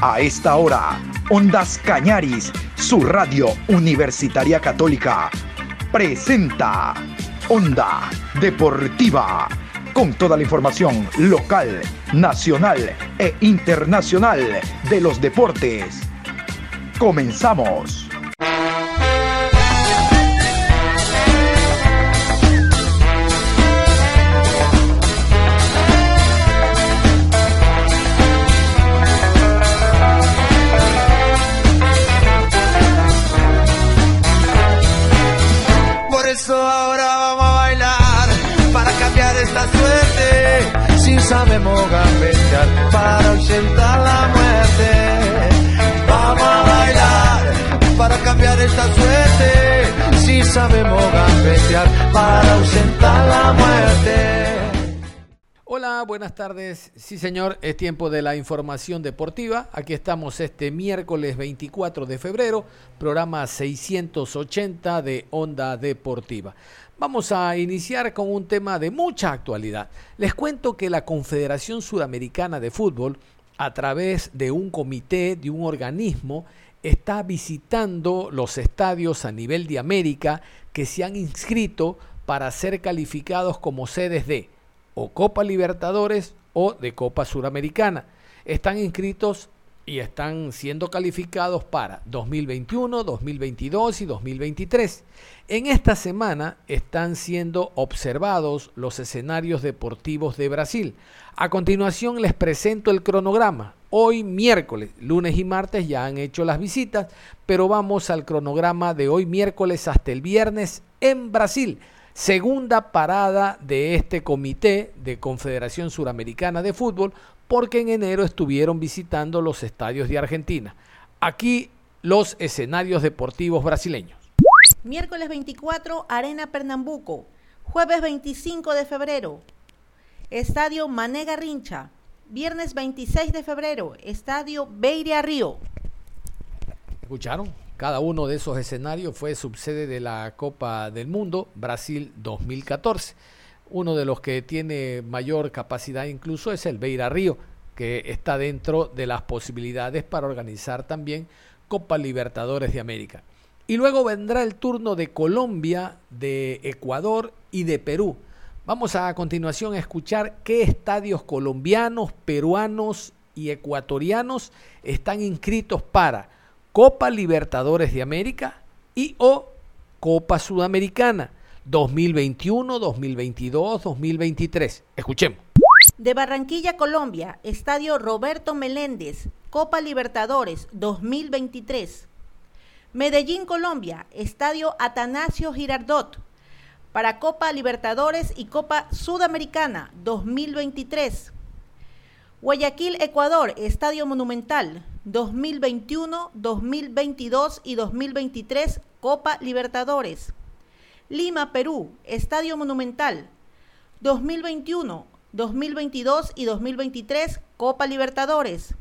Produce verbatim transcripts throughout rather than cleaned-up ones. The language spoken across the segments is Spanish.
A esta hora, Ondas Cañaris, su radio universitaria católica, presenta Onda Deportiva, con toda la información local, nacional e internacional de los deportes. Comenzamos. Ahora vamos a bailar para cambiar esta suerte. Si sabemos gambetear para ausentar la muerte. Vamos a bailar para cambiar esta suerte. Si sabemos gambetear para ausentar la muerte. Hola, buenas tardes. Sí, señor, es tiempo de la información deportiva. Aquí estamos este miércoles veinticuatro de febrero, programa seiscientos ochenta de Onda Deportiva. Vamos a iniciar con un tema de mucha actualidad. Les cuento que la Confederación Suramericana de Fútbol, a través de un comité, de un organismo, está visitando los estadios a nivel de América que se han inscrito para ser calificados como sedes de o Copa Libertadores o de Copa Suramericana. Están inscritos y están siendo calificados para dos mil veintiuno, dos mil veintidós y dos mil veintitrés. En esta semana están siendo observados los escenarios deportivos de Brasil. A continuación les presento el cronograma. Hoy miércoles, lunes y martes ya han hecho las visitas, pero vamos al cronograma de hoy miércoles hasta el viernes en Brasil. Segunda parada de este comité de Confederación Suramericana de Fútbol, porque en enero estuvieron visitando los estadios de Argentina. Aquí los escenarios deportivos brasileños. Miércoles veinticuatro, Arena Pernambuco. Jueves veinticinco de febrero, Estadio Mané Garrincha. Viernes veintiséis de febrero, Estadio Beira Río. ¿Escucharon? Cada uno de esos escenarios fue subsede de la Copa del Mundo Brasil dos mil catorce. Uno de los que tiene mayor capacidad incluso es el Beira Río, que está dentro de las posibilidades para organizar también Copa Libertadores de América. Y luego vendrá el turno de Colombia, de Ecuador y de Perú. Vamos a, a continuación a escuchar qué estadios colombianos, peruanos y ecuatorianos están inscritos para Copa Libertadores de América y o Copa Sudamericana dos mil veintiuno, dos mil veintidós, dos mil veintitrés. Escuchemos. De Barranquilla, Colombia, Estadio Roberto Meléndez, Copa Libertadores dos mil veintitrés. Medellín, Colombia, Estadio Atanasio Girardot, para Copa Libertadores y Copa Sudamericana dos mil veintitrés. Guayaquil, Ecuador, Estadio Monumental dos mil veintiuno, dos mil veintidós y dos mil veintitrés, Copa Libertadores. Lima, Perú, Estadio Monumental dos mil veintiuno, dos mil veintidós y dos mil veintitrés, Copa Libertadores.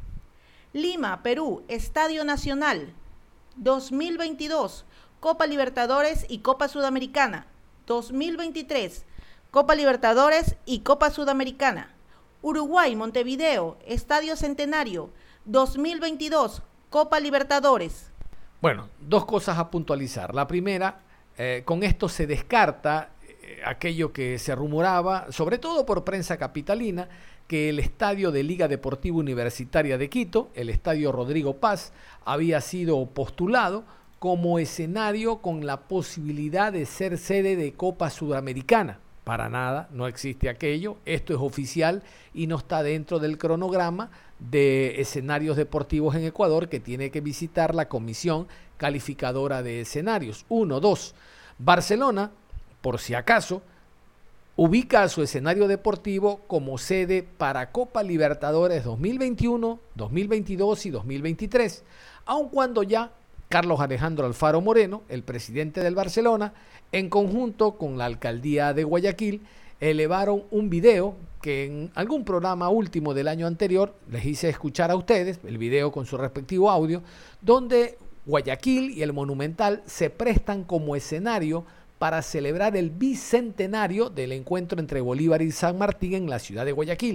Lima, Perú, Estadio Nacional dos mil veintidós, Copa Libertadores y Copa Sudamericana. dos mil veintitrés, Copa Libertadores y Copa Sudamericana. Uruguay, Montevideo, Estadio Centenario dos mil veintidós, Copa Libertadores. Bueno, dos cosas a puntualizar. La primera, eh, con esto se descarta eh, aquello que se rumoraba, sobre todo por prensa capitalina, que el estadio de Liga Deportiva Universitaria de Quito, el estadio Rodrigo Paz, había sido postulado como escenario con la posibilidad de ser sede de Copa Sudamericana. Para nada, no existe aquello. Esto es oficial y no está dentro del cronograma de escenarios deportivos en Ecuador que tiene que visitar la Comisión Calificadora de Escenarios. Uno, dos. Barcelona, por si acaso, ubica a su escenario deportivo como sede para Copa Libertadores dos mil veintiuno, dos mil veintidós y dos mil veintitrés, aun cuando ya Carlos Alejandro Alfaro Moreno, el presidente del Barcelona, en conjunto con la alcaldía de Guayaquil, elevaron un video que en algún programa último del año anterior les hice escuchar a ustedes, el video con su respectivo audio, donde Guayaquil y el Monumental se prestan como escenario para celebrar el bicentenario del encuentro entre Bolívar y San Martín en la ciudad de Guayaquil.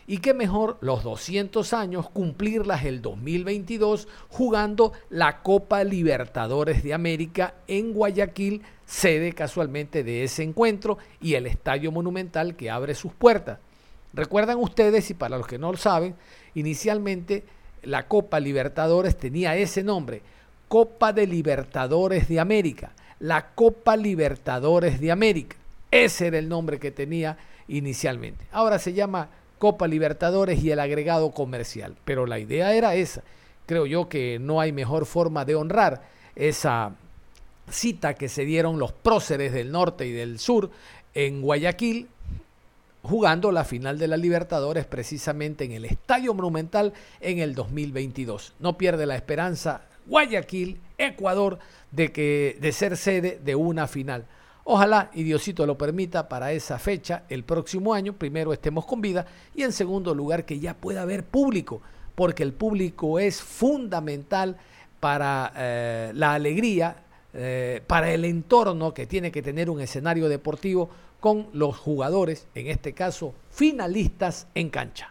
Y qué mejor los doscientos años cumplirlas el dos mil veintidós jugando la Copa Libertadores de América en Guayaquil, sede casualmente de ese encuentro, y el Estadio Monumental que abre sus puertas. Recuerdan ustedes, y para los que no lo saben, inicialmente la Copa Libertadores tenía ese nombre, Copa de Libertadores de América, la Copa Libertadores de América. Ese era el nombre que tenía inicialmente. Ahora se llama Copa Libertadores y el agregado comercial, pero la idea era esa. Creo yo que no hay mejor forma de honrar esa cita que se dieron los próceres del norte y del sur en Guayaquil, jugando la final de la Libertadores precisamente en el Estadio Monumental en el dos mil veintidós. No pierde la esperanza Guayaquil, Ecuador, de, que, de ser sede de una final. Ojalá, y Diosito lo permita, para esa fecha, el próximo año, primero estemos con vida y en segundo lugar que ya pueda haber público, porque el público es fundamental para eh, la alegría, eh, para el entorno que tiene que tener un escenario deportivo con los jugadores, en este caso finalistas en cancha.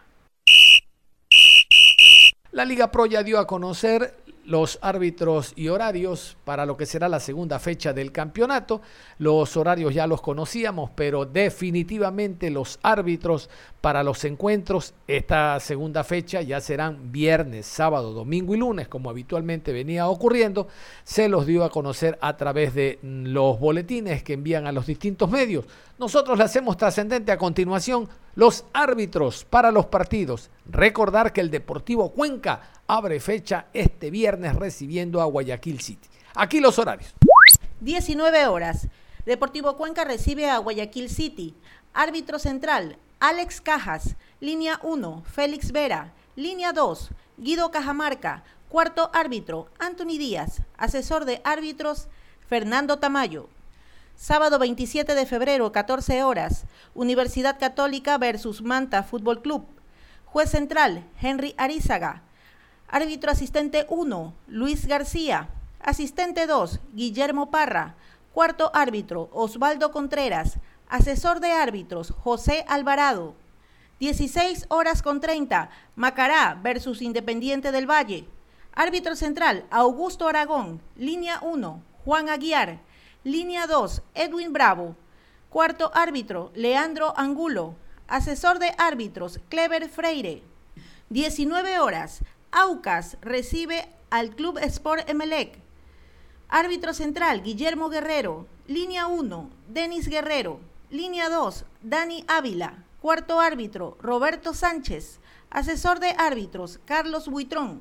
La Liga Pro ya dio a conocer los árbitros y horarios para lo que será la segunda fecha del campeonato. Los horarios ya los conocíamos, pero definitivamente los árbitros para los encuentros esta segunda fecha ya serán viernes, sábado, domingo y lunes, como habitualmente venía ocurriendo. Se los dio a conocer a través de los boletines que envían a los distintos medios. Nosotros le hacemos trascendente a continuación los árbitros para los partidos. Recordar que el Deportivo Cuenca abre fecha este viernes recibiendo a Guayaquil City. Aquí los horarios. diecinueve horas. Deportivo Cuenca recibe a Guayaquil City. Árbitro central, Alex Cajas. Línea uno, Félix Vera. Línea dos, Guido Cajamarca. Cuarto árbitro, Anthony Díaz. Asesor de árbitros, Fernando Tamayo. Sábado veintisiete de febrero, catorce horas. Universidad Católica versus Manta Fútbol Club. Juez central, Henry Arizaga. Árbitro asistente uno, Luis García. Asistente dos, Guillermo Parra. Cuarto árbitro, Osvaldo Contreras. Asesor de árbitros, José Alvarado. dieciséis horas con treinta, Macará versus Independiente del Valle. Árbitro central, Augusto Aragón. Línea uno, Juan Aguiar. Línea dos, Edwin Bravo. Cuarto árbitro, Leandro Angulo. Asesor de árbitros, Clever Freire. diecinueve horas, Aucas recibe al Club Sport Emelec. Árbitro central, Guillermo Guerrero. Línea uno, Denis Guerrero. Línea dos, Dani Ávila. Cuarto árbitro, Roberto Sánchez. Asesor de árbitros, Carlos Buitrón.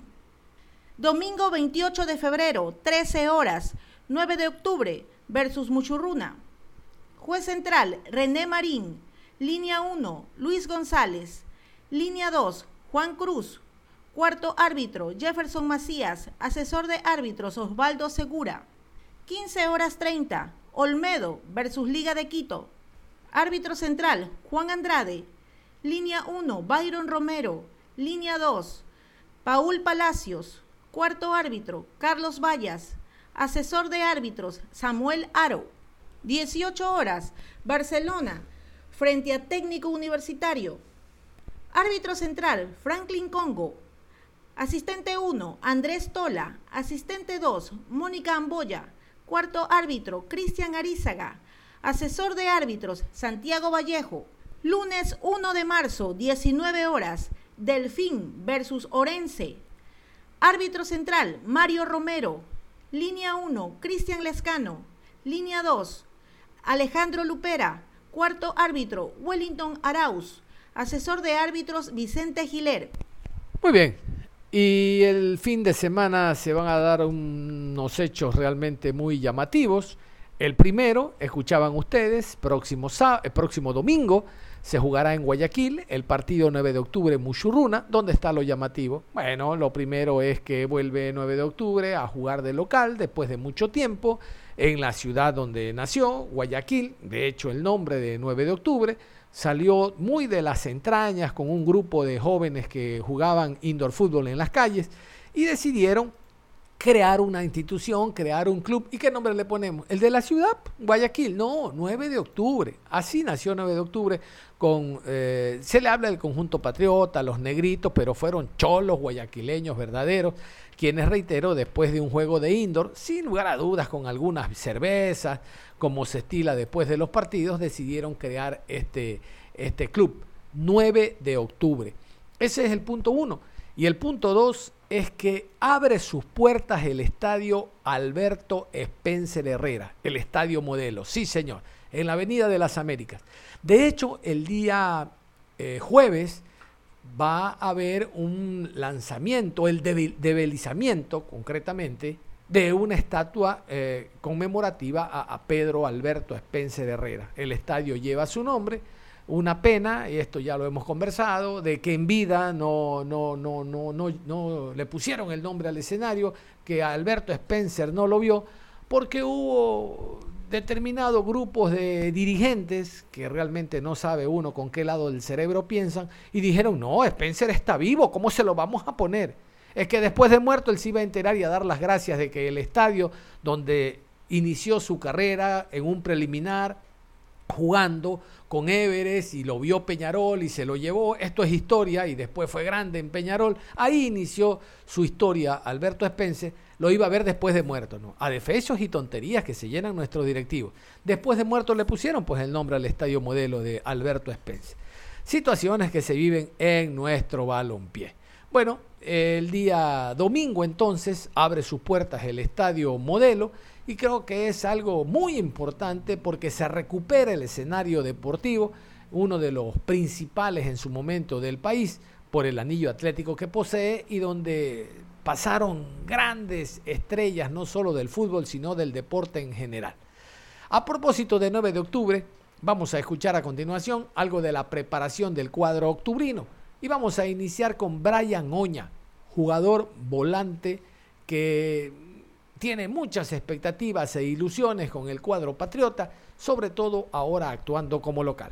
Domingo veintiocho de febrero, trece horas, nueve de octubre, versus Muchurruna. Juez central, René Marín. Línea uno, Luis González. Línea dos, Juan Cruz. Cuarto árbitro, Jefferson Macías. Asesor de árbitros, Osvaldo Segura. quince horas treinta, Olmedo versus Liga de Quito. Árbitro central, Juan Andrade. Línea uno, Byron Romero. Línea dos, Paul Palacios. Cuarto árbitro, Carlos Vallas. Asesor de árbitros, Samuel Aro. dieciocho horas, Barcelona, frente a Técnico Universitario. Árbitro central, Franklin Congo. Asistente uno, Andrés Tola. Asistente dos, Mónica Amboya. Cuarto árbitro, Cristian Arizaga. Asesor de árbitros, Santiago Vallejo. Lunes uno de marzo, diecinueve horas, Delfín versus Orense. Árbitro central, Mario Romero. Línea uno, Cristian Lescano. Línea dos, Alejandro Lupera. Cuarto árbitro, Wellington Arauz. Asesor de árbitros, Vicente Giler. Muy bien. Y el fin de semana se van a dar unos hechos realmente muy llamativos. El primero, escuchaban ustedes, próximo, sábado, próximo domingo se jugará en Guayaquil el partido nueve de octubre Muchurruna. ¿Dónde está lo llamativo? Bueno, lo primero es que vuelve nueve de octubre a jugar de local después de mucho tiempo en la ciudad donde nació, Guayaquil. De hecho, el nombre de nueve de octubre salió muy de las entrañas con un grupo de jóvenes que jugaban indoor fútbol en las calles y decidieron crear una institución, crear un club. ¿Y qué nombre le ponemos? ¿El de la ciudad? Guayaquil. No, nueve de octubre. Así nació nueve de octubre. Con, eh, se le habla del conjunto patriota, los negritos, pero fueron cholos guayaquileños verdaderos, quienes, reitero, después de un juego de indoor, sin lugar a dudas, con algunas cervezas, como se estila después de los partidos, decidieron crear este, este club. nueve de octubre. Ese es el punto uno. Y el punto dos es que abre sus puertas el estadio Alberto Spencer Herrera, el estadio modelo, sí señor, en la Avenida de las Américas. De hecho, el día eh, jueves va a haber un lanzamiento, el develizamiento concretamente, de una estatua eh, conmemorativa a, a Pedro Alberto Spencer Herrera. El estadio lleva su nombre. Una pena, y esto ya lo hemos conversado, de que en vida no, no, no, no, no, no le pusieron el nombre al escenario, que Alberto Spencer no lo vio, porque hubo determinados grupos de dirigentes que realmente no sabe uno con qué lado del cerebro piensan, y dijeron, no, Spencer está vivo, ¿cómo se lo vamos a poner? Es que después de muerto él se iba a enterar y a dar las gracias de que el estadio donde inició su carrera en un preliminar, jugando con Everest, y lo vio Peñarol y se lo llevó, esto es historia, y después fue grande en Peñarol, ahí inició su historia Alberto Spencer, lo iba a ver después de muerto, ¿no? A defecios y tonterías que se llenan nuestros directivos. Después de muerto le pusieron pues el nombre al estadio modelo de Alberto Spencer. Situaciones que se viven en nuestro balompié. Bueno, el día domingo entonces abre sus puertas el estadio modelo, y creo que es algo muy importante porque se recupera el escenario deportivo, uno de los principales en su momento del país, por el anillo atlético que posee y donde pasaron grandes estrellas no solo del fútbol sino del deporte en general. A propósito de nueve de octubre, vamos a escuchar a continuación algo de la preparación del cuadro octubrino y vamos a iniciar con Brian Oña, jugador volante que tiene muchas expectativas e ilusiones con el cuadro patriota, sobre todo ahora actuando como local.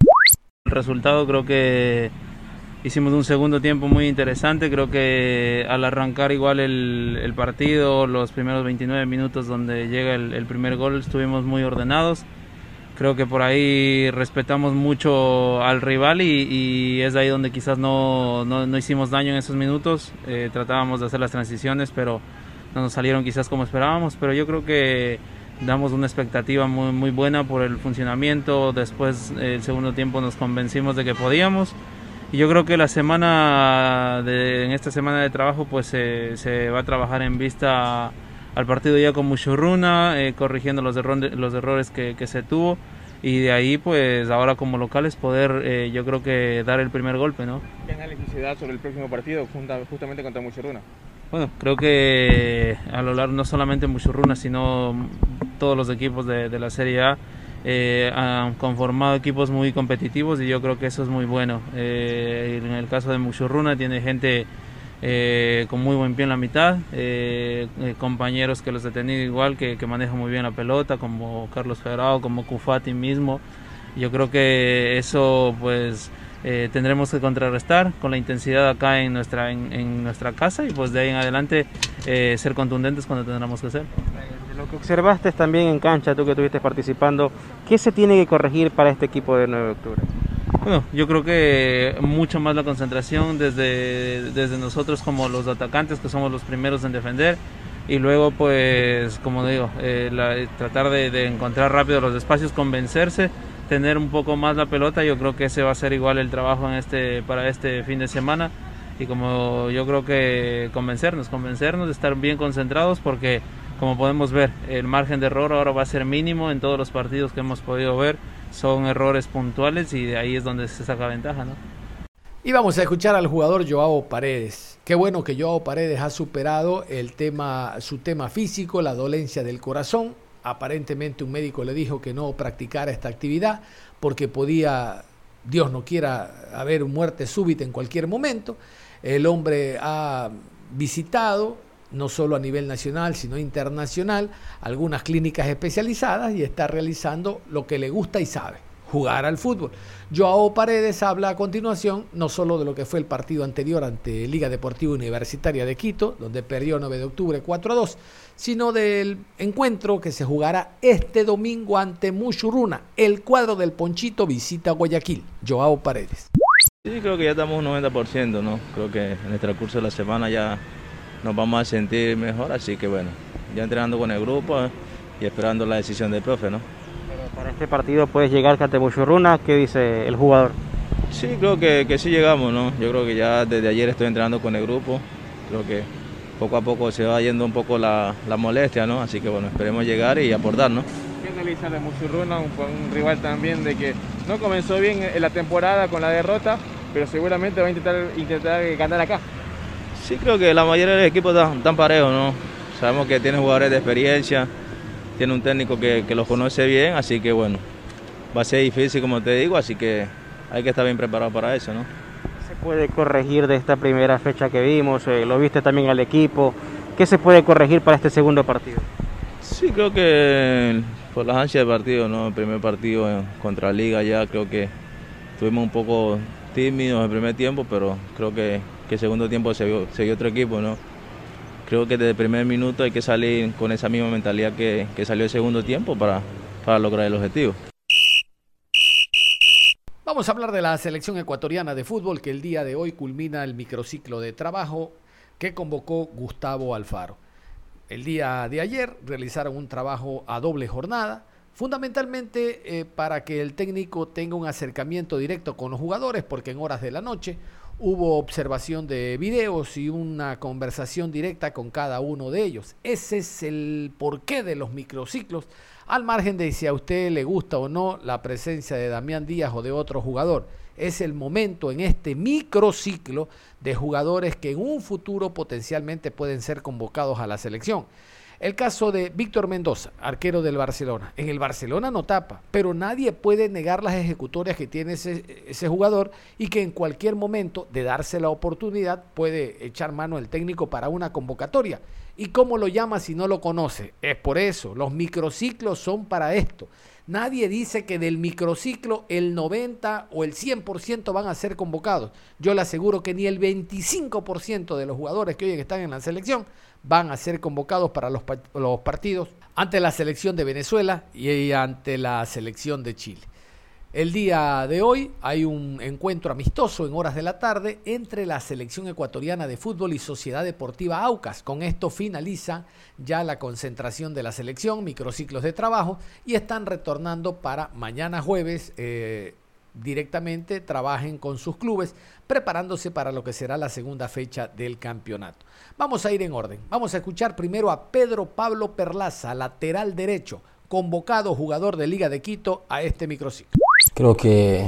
El resultado, creo que hicimos un segundo tiempo muy interesante, creo que al arrancar igual el, el partido, los primeros veintinueve minutos donde llega el, el primer gol, estuvimos muy ordenados. Creo que por ahí respetamos mucho al rival y, y es ahí donde quizás no, no, no hicimos daño en esos minutos. Eh, tratábamos de hacer las transiciones, pero no nos salieron quizás como esperábamos, pero yo creo que damos una expectativa muy, muy buena por el funcionamiento. Después, el segundo tiempo, nos convencimos de que podíamos. Y yo creo que la semana, de, en esta semana de trabajo, pues se, se va a trabajar en vista al partido ya con Muchurruna, eh, corrigiendo los, erro los errores que, que se tuvo. Y de ahí, pues ahora como locales, poder, eh, yo creo que dar el primer golpe, ¿no? ¿Qué análisis se da sobre el próximo partido, justamente contra Muchurruna? Bueno, creo que a lo largo no solamente Muchurruna, sino todos los equipos de, de la Serie A eh, han conformado equipos muy competitivos y yo creo que eso es muy bueno. Eh, en el caso de Muchurruna tiene gente eh, con muy buen pie en la mitad, eh, eh, compañeros que los he tenido igual, que, que manejan muy bien la pelota, como Carlos Federado, como Cufati mismo. Yo creo que eso pues Eh, tendremos que contrarrestar con la intensidad acá en nuestra en, en nuestra casa y pues de ahí en adelante eh, ser contundentes cuando tendremos que ser. De lo que observaste también en cancha, tú que estuviste participando, ¿qué se tiene que corregir para este equipo de nueve de octubre? Bueno, yo creo que mucho más la concentración desde, desde nosotros como los atacantes, que somos los primeros en defender, y luego pues como digo, eh, la, tratar de, de encontrar rápido los espacios, convencerse, tener un poco más la pelota. Yo creo que ese va a ser igual el trabajo en este, para este fin de semana, y como yo creo que convencernos, convencernos de estar bien concentrados, porque como podemos ver, el margen de error ahora va a ser mínimo en todos los partidos que hemos podido ver, son errores puntuales y de ahí es donde se saca ventaja, ¿no? Y vamos a escuchar al jugador Joao Paredes. Qué bueno que Joao Paredes ha superado el tema, su tema físico, la dolencia del corazón. Aparentemente un médico le dijo que no practicara esta actividad porque podía, Dios no quiera, haber muerte súbita en cualquier momento. El hombre ha visitado, no solo a nivel nacional, sino internacional, algunas clínicas especializadas y está realizando lo que le gusta y sabe, jugar al fútbol. Joao Paredes habla a continuación no solo de lo que fue el partido anterior ante Liga Deportiva Universitaria de Quito, donde perdió nueve de octubre cuatro a dos, sino del encuentro que se jugará este domingo ante Mushuruna. El cuadro del Ponchito visita Guayaquil. Joao Paredes. Sí, creo que ya estamos un noventa por ciento, ¿no? Creo que en el transcurso de la semana ya nos vamos a sentir mejor, así que bueno, ya entrenando con el grupo y esperando la decisión del profe, ¿no? Para este partido puedes llegar ante Mushuruna, ¿qué dice el jugador? Sí, creo que, que sí llegamos, ¿no? Yo creo que ya desde ayer estoy entrenando con el grupo, creo que poco a poco se va yendo un poco la, la molestia, ¿no? Así que bueno, esperemos llegar y aportar, ¿no? ¿Qué analiza de Mushuruna, un, un rival también de que no comenzó bien en la temporada con la derrota, pero seguramente va a intentar, intentar ganar acá? Sí, creo que la mayoría de los equipos están, están parejos, ¿no? Sabemos que tiene jugadores de experiencia, tiene un técnico que, que los conoce bien, así que bueno, va a ser difícil como te digo, así que hay que estar bien preparado para eso, ¿no? ¿Qué se puede corregir de esta primera fecha que vimos? Eh, lo viste también al equipo, ¿qué se puede corregir para este segundo partido? Sí, creo que por las ansias del partido, ¿no? El primer partido contra Liga ya creo que estuvimos un poco tímidos en el primer tiempo, pero creo que, que el segundo tiempo se vio, se vio otro equipo, ¿no? Creo que desde el primer minuto hay que salir con esa misma mentalidad que, que salió el segundo tiempo para, para lograr el objetivo. Vamos a hablar de la selección ecuatoriana de fútbol que el día de hoy culmina el microciclo de trabajo que convocó Gustavo Alfaro. El día de ayer realizaron un trabajo a doble jornada, fundamentalmente eh, para que el técnico tenga un acercamiento directo con los jugadores, porque en horas de la noche hubo observación de videos y una conversación directa con cada uno de ellos. Ese es el porqué de los microciclos, al margen de si a usted le gusta o no la presencia de Damián Díaz o de otro jugador. Es el momento en este microciclo de jugadores que en un futuro potencialmente pueden ser convocados a la selección. El caso de Víctor Mendoza, arquero del Barcelona. En el Barcelona no tapa, pero nadie puede negar las ejecutorias que tiene ese, ese jugador y que en cualquier momento de darse la oportunidad puede echar mano el técnico para una convocatoria. ¿Y cómo lo llama si no lo conoce? Es por eso, los microciclos son para esto. Nadie dice que del microciclo el noventa o el cien por ciento van a ser convocados. Yo le aseguro que ni el veinticinco por ciento de los jugadores que hoy están en la selección van a ser convocados para los, los partidos ante la selección de Venezuela y ante la selección de Chile. El día de hoy hay un encuentro amistoso en horas de la tarde entre la selección ecuatoriana de fútbol y Sociedad Deportiva Aucas. Con esto finaliza ya la concentración de la selección, microciclos de trabajo, y están retornando para mañana jueves eh, directamente, trabajen con sus clubes, preparándose para lo que será la segunda fecha del campeonato. Vamos a ir en orden. Vamos a escuchar primero a Pedro Pablo Perlaza, lateral derecho, convocado jugador de Liga de Quito a este microciclo. Creo que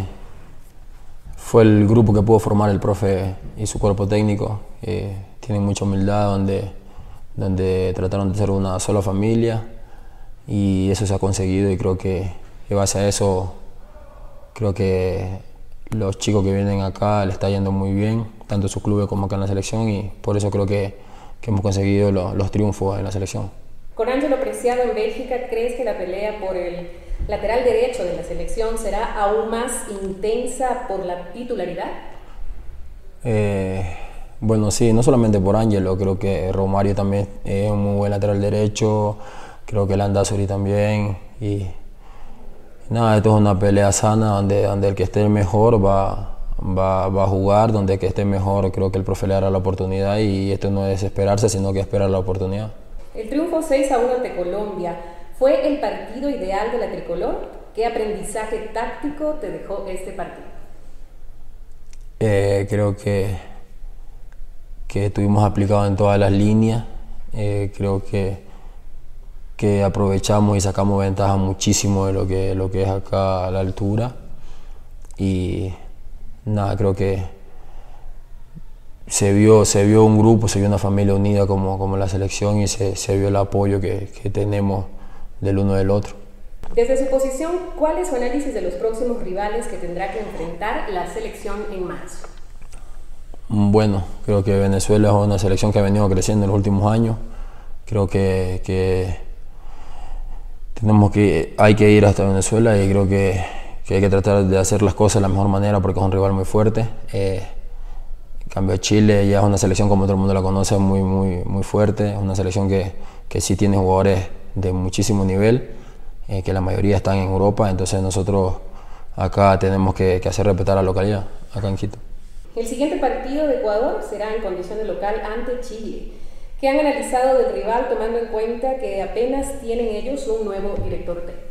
fue el grupo que pudo formar el profe y su cuerpo técnico. Eh, tienen mucha humildad, donde, donde trataron de ser una sola familia, y eso se ha conseguido, y creo que, que base a eso, creo que los chicos que vienen acá le está yendo muy bien, tanto en sus clubes como acá en la selección, y por eso creo que, que hemos conseguido los, los triunfos en la selección. Con Ángelo Preciado en Bélgica, ¿crees que la pelea por el lateral derecho de la selección será aún más intensa por la titularidad? Eh, bueno, sí, no solamente por Ángelo, creo que Romario también es un muy buen lateral derecho, creo que Landázuri también, y nada, esto es una pelea sana donde, donde el que esté mejor va, va, va a jugar, donde el que esté mejor creo que el profe le dará la oportunidad, y esto no es desesperarse, sino que esperar la oportunidad. El triunfo seis a uno ante Colombia, ¿fue el partido ideal de la tricolor? ¿Qué aprendizaje táctico te dejó este partido? Eh, creo que, que estuvimos aplicados en todas las líneas, eh, creo que, que aprovechamos y sacamos ventaja muchísimo de lo que, lo que es acá a la altura, y nada, creo que se vio, se vio un grupo, se vio una familia unida como, como la selección, y se, se vio el apoyo que, que tenemos del uno del otro. Desde su posición, ¿cuál es su análisis de los próximos rivales que tendrá que enfrentar la selección en marzo? Bueno, creo que Venezuela es una selección que ha venido creciendo en los últimos años. Creo que, que tenemos que hay que ir hasta Venezuela, y creo que, que hay que tratar de hacer las cosas de la mejor manera porque es un rival muy fuerte. Eh, en cambio Chile ya es una selección, como todo el mundo la conoce, muy, muy, muy fuerte, es una selección que, que sí tiene jugadores de muchísimo nivel, eh, que la mayoría están en Europa, entonces nosotros acá tenemos que, que hacer respetar la localidad, acá en Quito. El siguiente partido de Ecuador será en condición de local ante Chile. ¿Qué han analizado del rival tomando en cuenta que apenas tienen ellos un nuevo director técnico?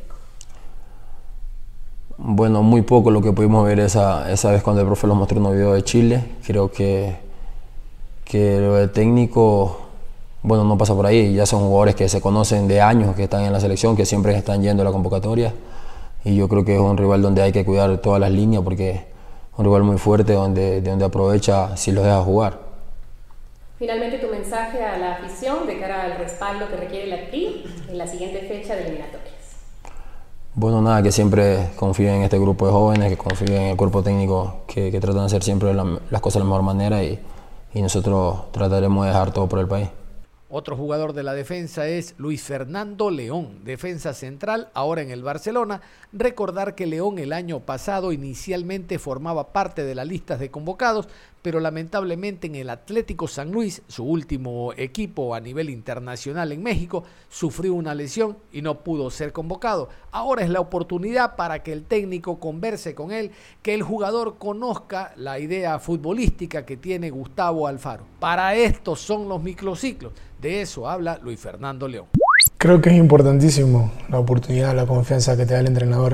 Bueno, muy poco lo que pudimos ver esa, esa vez cuando el profe nos mostró unos videos de Chile. Creo que, que lo de técnico, bueno, no pasa por ahí. Ya son jugadores que se conocen de años, que están en la selección, que siempre están yendo a la convocatoria. Y yo creo que es un rival donde hay que cuidar todas las líneas porque es un rival muy fuerte donde, de donde aprovecha si los deja jugar. Finalmente, tu mensaje a la afición de cara al respaldo que requiere la T I en la siguiente fecha de eliminatorias. Bueno, nada, que siempre confíen en este grupo de jóvenes, que confíen en el cuerpo técnico, que, que tratan de hacer siempre la, las cosas de la mejor manera y, y nosotros trataremos de dejar todo por el país. Otro jugador de la defensa es Luis Fernando León, defensa central, ahora en el Barcelona. Recordar que León el año pasado inicialmente formaba parte de las listas de convocados, pero lamentablemente en el Atlético San Luis, su último equipo a nivel internacional en México, sufrió una lesión y no pudo ser convocado. Ahora es la oportunidad para que el técnico converse con él, que el jugador conozca la idea futbolística que tiene Gustavo Alfaro. Para esto son los microciclos. De eso habla Luis Fernando León. Creo que es importantísimo la oportunidad, la confianza que te da el entrenador.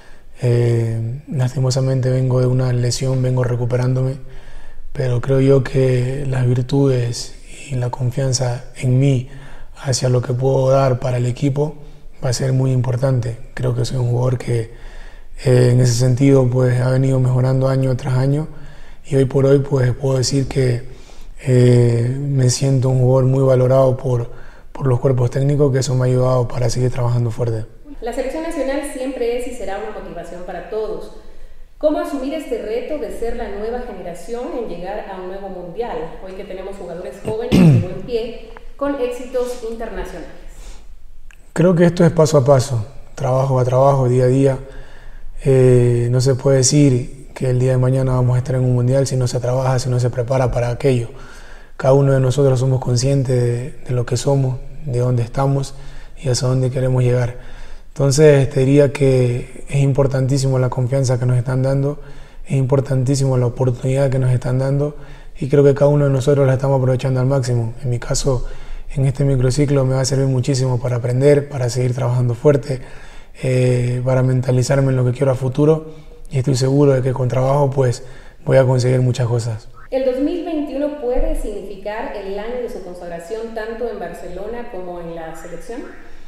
Eh, lastimosamente vengo de una lesión, vengo recuperándome, pero creo yo que las virtudes y la confianza en mí hacia lo que puedo dar para el equipo va a ser muy importante. Creo que soy un jugador que eh, en ese sentido pues, ha venido mejorando año tras año y hoy por hoy pues, puedo decir que Eh, me siento un jugador muy valorado por, por los cuerpos técnicos, que eso me ha ayudado para seguir trabajando fuerte. La selección nacional siempre es y será una motivación para todos. ¿Cómo asumir este reto de ser la nueva generación en llegar a un nuevo mundial? Hoy que tenemos jugadores jóvenes de buen pie con éxitos internacionales. Creo que esto es paso a paso, trabajo a trabajo, día a día. Eh, no se puede decir que el día de mañana vamos a estar en un mundial si no se trabaja, si no se prepara para aquello. Cada uno de nosotros somos conscientes de, de lo que somos, de dónde estamos y hacia dónde queremos llegar. Entonces te diría que es importantísimo la confianza que nos están dando, es importantísimo la oportunidad que nos están dando y creo que cada uno de nosotros la estamos aprovechando al máximo. En mi caso, en este microciclo me va a servir muchísimo para aprender, para seguir trabajando fuerte, eh, para mentalizarme en lo que quiero a futuro y estoy seguro de que con trabajo pues voy a conseguir muchas cosas. ¿El dos mil veintiuno puede significar el año de su consagración tanto en Barcelona como en la selección?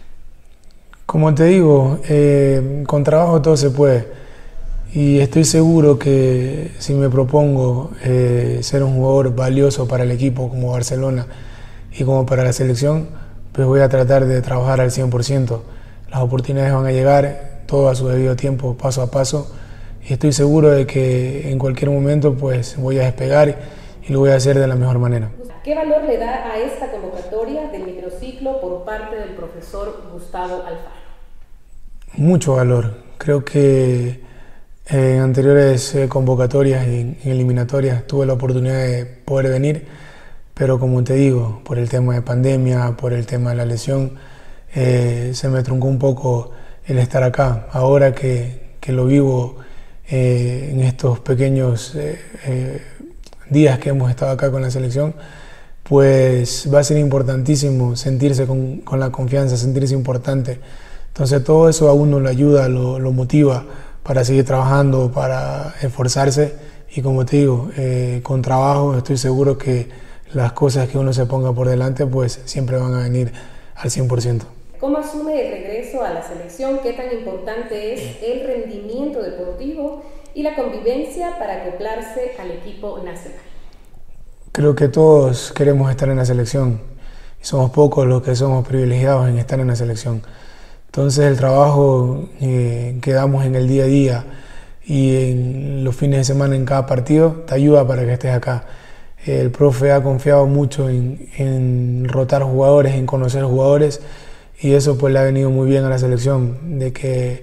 Como te digo, eh, con trabajo todo se puede y estoy seguro que si me propongo eh, ser un jugador valioso para el equipo como Barcelona y como para la selección, pues voy a tratar de trabajar al cien por ciento. Las oportunidades van a llegar, todo a su debido tiempo, paso a paso. Y estoy seguro de que en cualquier momento pues voy a despegar y lo voy a hacer de la mejor manera. ¿Qué valor le da a esta convocatoria del microciclo por parte del profesor Gustavo Alfaro? Mucho valor. Creo que en anteriores convocatorias y eliminatorias tuve la oportunidad de poder venir, pero como te digo, por el tema de pandemia, por el tema de la lesión, eh, se me truncó un poco el estar acá. Ahora que, que lo vivo Eh, en estos pequeños eh, eh, días que hemos estado acá con la selección, pues va a ser importantísimo sentirse con, con la confianza, sentirse importante. Entonces todo eso a uno lo ayuda, lo, lo motiva para seguir trabajando, para esforzarse y como te digo, eh, con trabajo estoy seguro que las cosas que uno se ponga por delante pues siempre van a venir al cien por ciento. ¿Cómo asume el regreso a la selección? ¿Qué tan importante es el rendimiento deportivo y la convivencia para acoplarse al equipo nacional? Creo que todos queremos estar en la selección y somos pocos los que somos privilegiados en estar en la selección. Entonces el trabajo eh, que damos en el día a día y en los fines de semana en cada partido te ayuda para que estés acá. El profe ha confiado mucho en, en rotar jugadores, en conocer jugadores y eso pues le ha venido muy bien a la selección, de que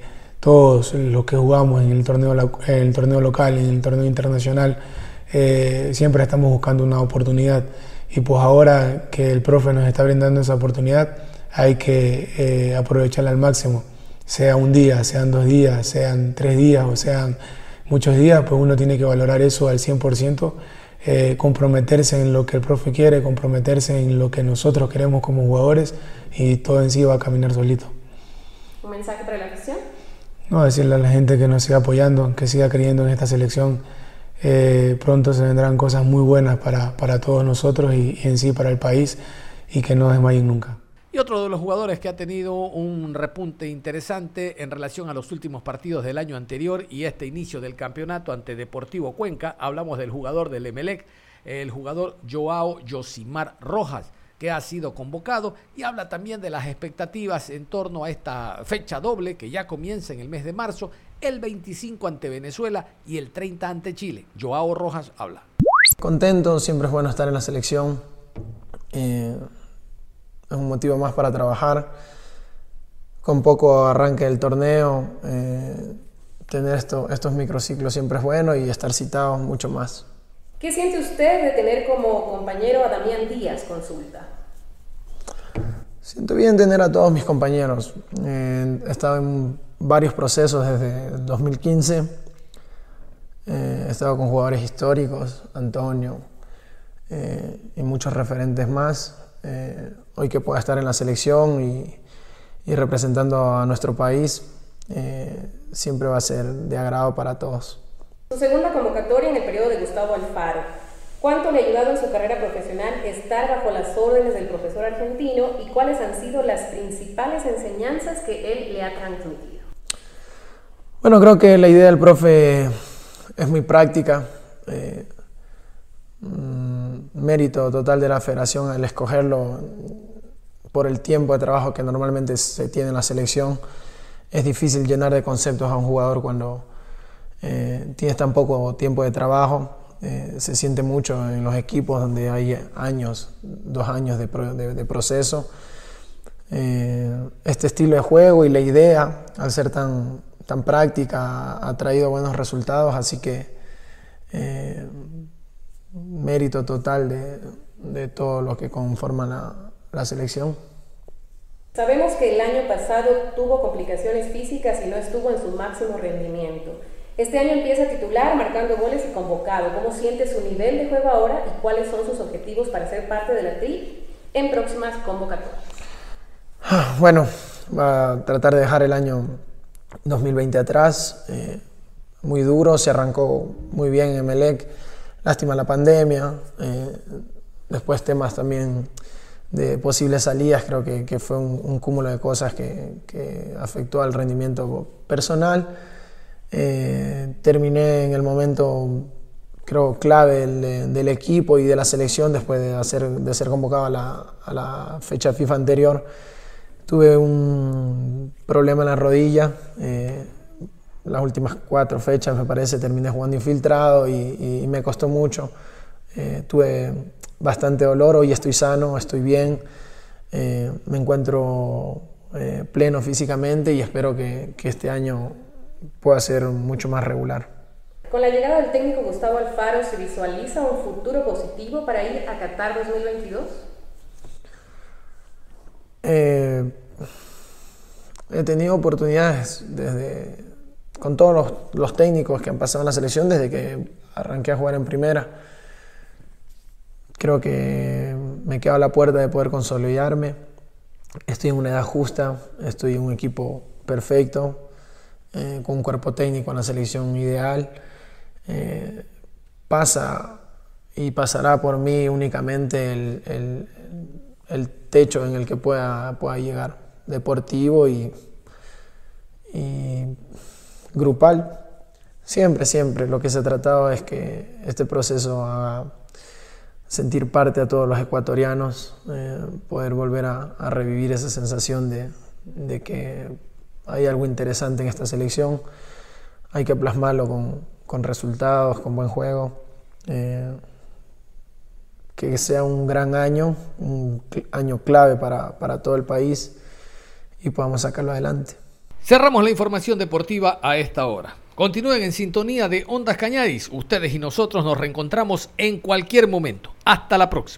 todos los que jugamos en el torneo, en el torneo local y en el torneo internacional, eh, siempre estamos buscando una oportunidad. Y pues ahora que el profe nos está brindando esa oportunidad, hay que eh, aprovecharla al máximo. Sea un día, sean dos días, sean tres días o sean muchos días, pues uno tiene que valorar eso al cien por ciento, eh, comprometerse en lo que el profe quiere, comprometerse en lo que nosotros queremos como jugadores, y todo en sí va a caminar solito. ¿Un mensaje para la afición? No, decirle a la gente que nos siga apoyando, que siga creyendo en esta selección. Eh, pronto se vendrán cosas muy buenas para, para todos nosotros y, y en sí para el país, y que no desmayen nunca. Y otro de los jugadores que ha tenido un repunte interesante en relación a los últimos partidos del año anterior y este inicio del campeonato ante Deportivo Cuenca, hablamos del jugador del Emelec, el jugador Joao Yosimar Rojas, que ha sido convocado, y habla también de las expectativas en torno a esta fecha doble que ya comienza en el mes de marzo, el veinticinco ante Venezuela y el treinta ante Chile. Joao Rojas habla. Contento, siempre es bueno estar en la selección. Eh, es un motivo más para trabajar. Con poco arranque del torneo, eh, tener esto, estos microciclos siempre es bueno, y estar citado mucho más. ¿Qué siente usted de tener como compañero a Damián Díaz, consulta? Siento bien tener a todos mis compañeros. Eh, he estado en varios procesos desde el dos mil quince. Eh, he estado con jugadores históricos, Antonio, eh, y muchos referentes más. Eh, hoy que pueda estar en la selección y, y representando a nuestro país, eh, siempre va a ser de agrado para todos. Su segunda convocatoria en el periodo de Gustavo Alfaro. ¿Cuánto le ha ayudado en su carrera profesional estar bajo las órdenes del profesor argentino, y cuáles han sido las principales enseñanzas que él le ha transmitido? Bueno, creo que la idea del profe es muy práctica. Eh, mérito total de la federación al escogerlo por el tiempo de trabajo que normalmente se tiene en la selección. Es difícil llenar de conceptos a un jugador cuando eh, tienes tan poco tiempo de trabajo. Eh, se siente mucho en los equipos donde hay años, dos años de, pro, de, de proceso. Eh, este estilo de juego y la idea, al ser tan, tan práctica, ha traído buenos resultados, así que eh, mérito total de, de todo lo que conforma la, la selección. Sabemos que el año pasado tuvo complicaciones físicas y no estuvo en su máximo rendimiento. Este año empieza titular, marcando goles y convocado. ¿Cómo siente su nivel de juego ahora y cuáles son sus objetivos para ser parte de la T R I en próximas convocatorias? Bueno, va a tratar de dejar el año dos mil veinte atrás. Eh, muy duro, se arrancó muy bien en Emelec. Lástima la pandemia. Eh, después temas también de posibles salidas. Creo que, que fue un, un cúmulo de cosas que, que afectó al rendimiento personal. Eh, terminé en el momento, creo, clave del, del equipo y de la selección después de, hacer, de ser convocado a la, a la fecha FIFA anterior. Tuve un problema en la rodilla. Eh, las últimas cuatro fechas, me parece, terminé jugando infiltrado y, y me costó mucho. Eh, tuve bastante dolor. Hoy estoy sano, estoy bien. Eh, me encuentro eh, pleno físicamente y espero que, que este año pueda ser mucho más regular. Con la llegada del técnico Gustavo Alfaro, ¿se visualiza un futuro positivo para ir a Qatar dos mil veintidós? Eh, he tenido oportunidades desde, con todos los, los técnicos que han pasado en la selección desde que arranqué a jugar en primera. Creo que me queda a la puerta de poder consolidarme. Estoy en una edad justa, estoy en un equipo perfecto. Eh, con un cuerpo técnico en la selección ideal. Eh, pasa y pasará por mí únicamente el, el, el techo en el que pueda, pueda llegar, deportivo y, y grupal. Siempre, siempre lo que se ha tratado es que este proceso haga sentir parte a todos los ecuatorianos, eh, poder volver a, a revivir esa sensación de, de que hay algo interesante en esta selección. Hay que plasmarlo con, con resultados, con buen juego. Eh, que sea un gran año, un año clave para, para todo el país y podamos sacarlo adelante. Cerramos la información deportiva a esta hora. Continúen en sintonía de Ondas Cañaris. Ustedes y nosotros nos reencontramos en cualquier momento. Hasta la próxima.